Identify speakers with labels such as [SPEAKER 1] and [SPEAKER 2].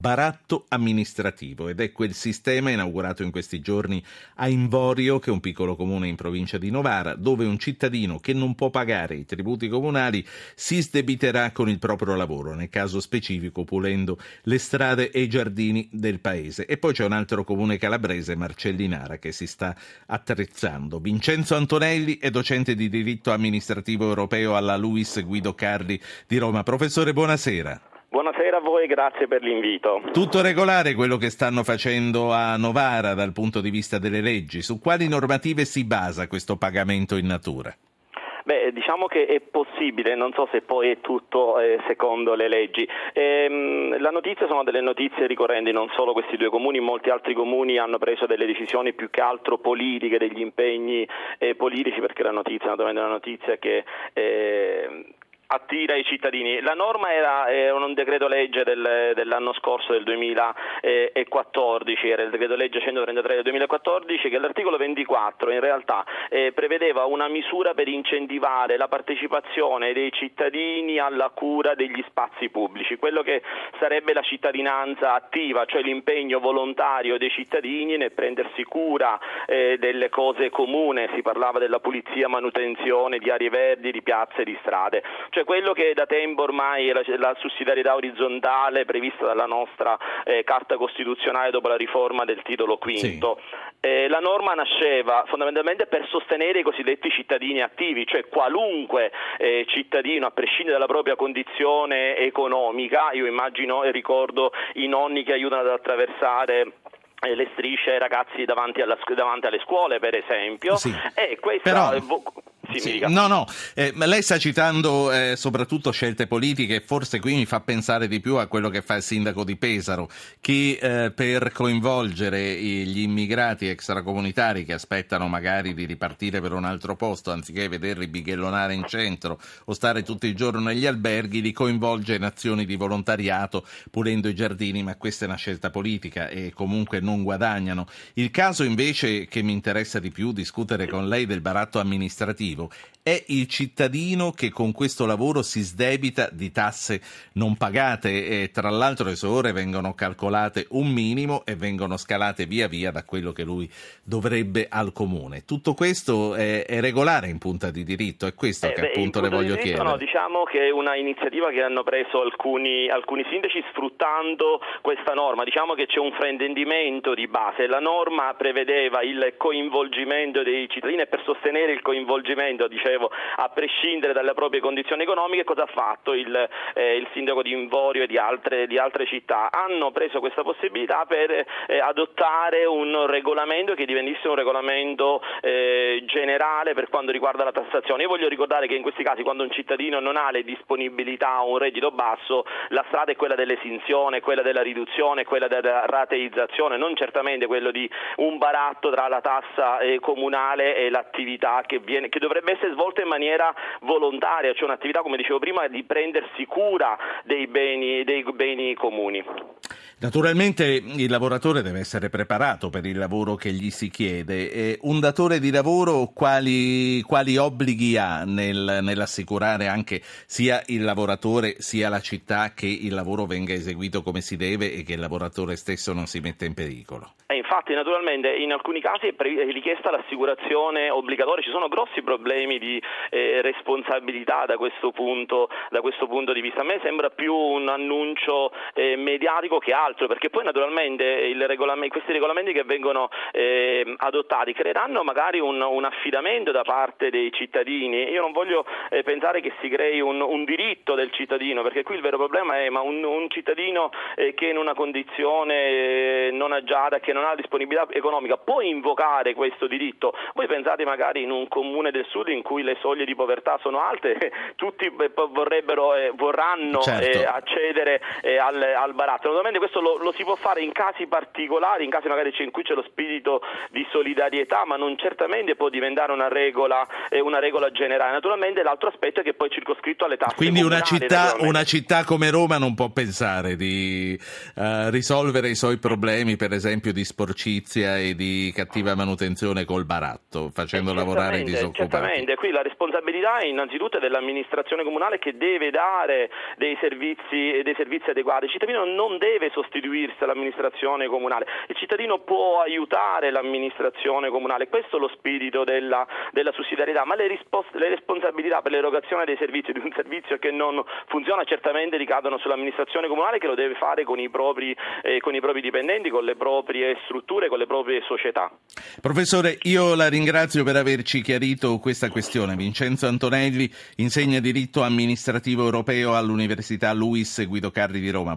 [SPEAKER 1] Baratto amministrativo, ed è quel sistema inaugurato in questi giorni a Invorio, che è un piccolo comune in provincia di Novara, dove un cittadino che non può pagare i tributi comunali si sdebiterà con il proprio lavoro, nel caso specifico pulendo le strade e i giardini del paese. E poi c'è un altro comune calabrese, Marcellinara, che si sta attrezzando. Vincenzo Antonelli è docente di diritto amministrativo europeo alla Luis Guido Carli di Roma. Professore, buonasera.
[SPEAKER 2] Buonasera a voi, grazie per l'invito.
[SPEAKER 1] Tutto regolare quello che stanno facendo a Novara dal punto di vista delle leggi? Su quali normative si basa questo pagamento in natura?
[SPEAKER 2] Beh, diciamo che è possibile, non so se poi è tutto secondo le leggi. La notizia sono delle notizie ricorrenti, non solo questi due comuni, molti altri comuni hanno preso delle decisioni più che altro politiche, degli impegni politici, perché la notizia naturalmente è una notizia che attira i cittadini. La norma era un decreto legge dell'anno scorso, del 2014, era il decreto legge 133 del 2014, che all'articolo 24 in realtà prevedeva una misura per incentivare la partecipazione dei cittadini alla cura degli spazi pubblici, quello che sarebbe la cittadinanza attiva, cioè l'impegno volontario dei cittadini nel prendersi cura delle cose comuni. Si parlava della pulizia, manutenzione di aree verdi, di piazze, di strade, cioè quello che da tempo ormai è la sussidiarietà orizzontale prevista dalla nostra Carta Costituzionale dopo la riforma del titolo V. Sì. La norma nasceva fondamentalmente per sostenere i cosiddetti cittadini attivi, cioè qualunque cittadino, a prescindere dalla propria condizione economica. Io immagino e ricordo i nonni che aiutano ad attraversare le strisce ai ragazzi davanti alle scuole, per esempio. Sì. E questa
[SPEAKER 1] ma lei sta citando soprattutto scelte politiche, e forse qui mi fa pensare di più a quello che fa il sindaco di Pesaro, che per coinvolgere gli immigrati extracomunitari che aspettano magari di ripartire per un altro posto, anziché vederli bighellonare in centro o stare tutto il giorno negli alberghi, li coinvolge in azioni di volontariato pulendo i giardini, ma questa è una scelta politica e comunque non guadagnano. Il caso invece che mi interessa di più discutere con lei del baratto amministrativo è il cittadino che con questo lavoro si sdebita di tasse non pagate, e tra l'altro le sue ore vengono calcolate un minimo e vengono scalate via via da quello che lui dovrebbe al comune. Tutto questo è regolare in punta di diritto? È questo che appunto le voglio chiedere.
[SPEAKER 2] No, diciamo che è una iniziativa che hanno preso alcuni sindaci sfruttando questa norma. Diciamo che c'è un fraintendimento di base. La norma prevedeva il coinvolgimento dei cittadini, e per sostenere il coinvolgimento, dicevo, a prescindere dalle proprie condizioni economiche, cosa ha fatto il sindaco di Invorio e di altre città? Hanno preso questa possibilità per adottare un regolamento che divenisse un regolamento generale per quanto riguarda la tassazione. Io voglio ricordare che in questi casi, quando un cittadino non ha le disponibilità o un reddito basso, la strada è quella dell'esenzione, quella della riduzione, quella della rateizzazione, non certamente quello di un baratto tra la tassa comunale e l'attività che dovrebbe essere svolta in maniera volontaria, cioè un'attività, come dicevo prima, di prendersi cura dei beni comuni.
[SPEAKER 1] Naturalmente il lavoratore deve essere preparato per il lavoro che gli si chiede. Un datore di lavoro quali obblighi ha nell'assicurare anche sia il lavoratore sia la città che il lavoro venga eseguito come si deve e che il lavoratore stesso non si metta in pericolo?
[SPEAKER 2] Infatti, naturalmente, in alcuni casi è richiesta l'assicurazione obbligatoria. Ci sono grossi problemi di responsabilità da questo punto di vista. A me sembra più un annuncio mediatico che altro, perché poi naturalmente questi regolamenti che vengono adottati creeranno magari un affidamento da parte dei cittadini. Io non voglio pensare che si crei un diritto del cittadino, perché qui il vero problema è un cittadino che in una condizione non agiata, che non ha disponibilità economica, può invocare questo diritto. Voi pensate magari in un comune del sud in cui le soglie di povertà sono alte, tutti vorranno accedere al baratto. Naturalmente questo lo si può fare in casi particolari, in casi magari in cui c'è lo spirito di solidarietà, ma non certamente può diventare una regola generale. Naturalmente l'altro aspetto è che poi è circoscritto alle tasse
[SPEAKER 1] comunali.
[SPEAKER 2] Quindi
[SPEAKER 1] una città come Roma non può pensare di risolvere i suoi problemi, per esempio di sporcizia e di cattiva manutenzione col baratto, facendo lavorare i disoccupati.
[SPEAKER 2] Certamente, qui la responsabilità innanzitutto è dell'amministrazione comunale, che deve dare dei servizi adeguati. Il cittadino non deve sostituirsi all'amministrazione comunale. Il cittadino può aiutare l'amministrazione comunale, questo è lo spirito della sussidiarietà, ma le responsabilità per l'erogazione dei servizi, di un servizio che non funziona, certamente ricadono sull'amministrazione comunale, che lo deve fare con i propri dipendenti, con le proprie strutture, con le proprie società.
[SPEAKER 1] Professore, io la ringrazio per averci chiarito questa questione. Vincenzo Antonelli insegna diritto amministrativo europeo all'Università Luis Guido Carli di Roma.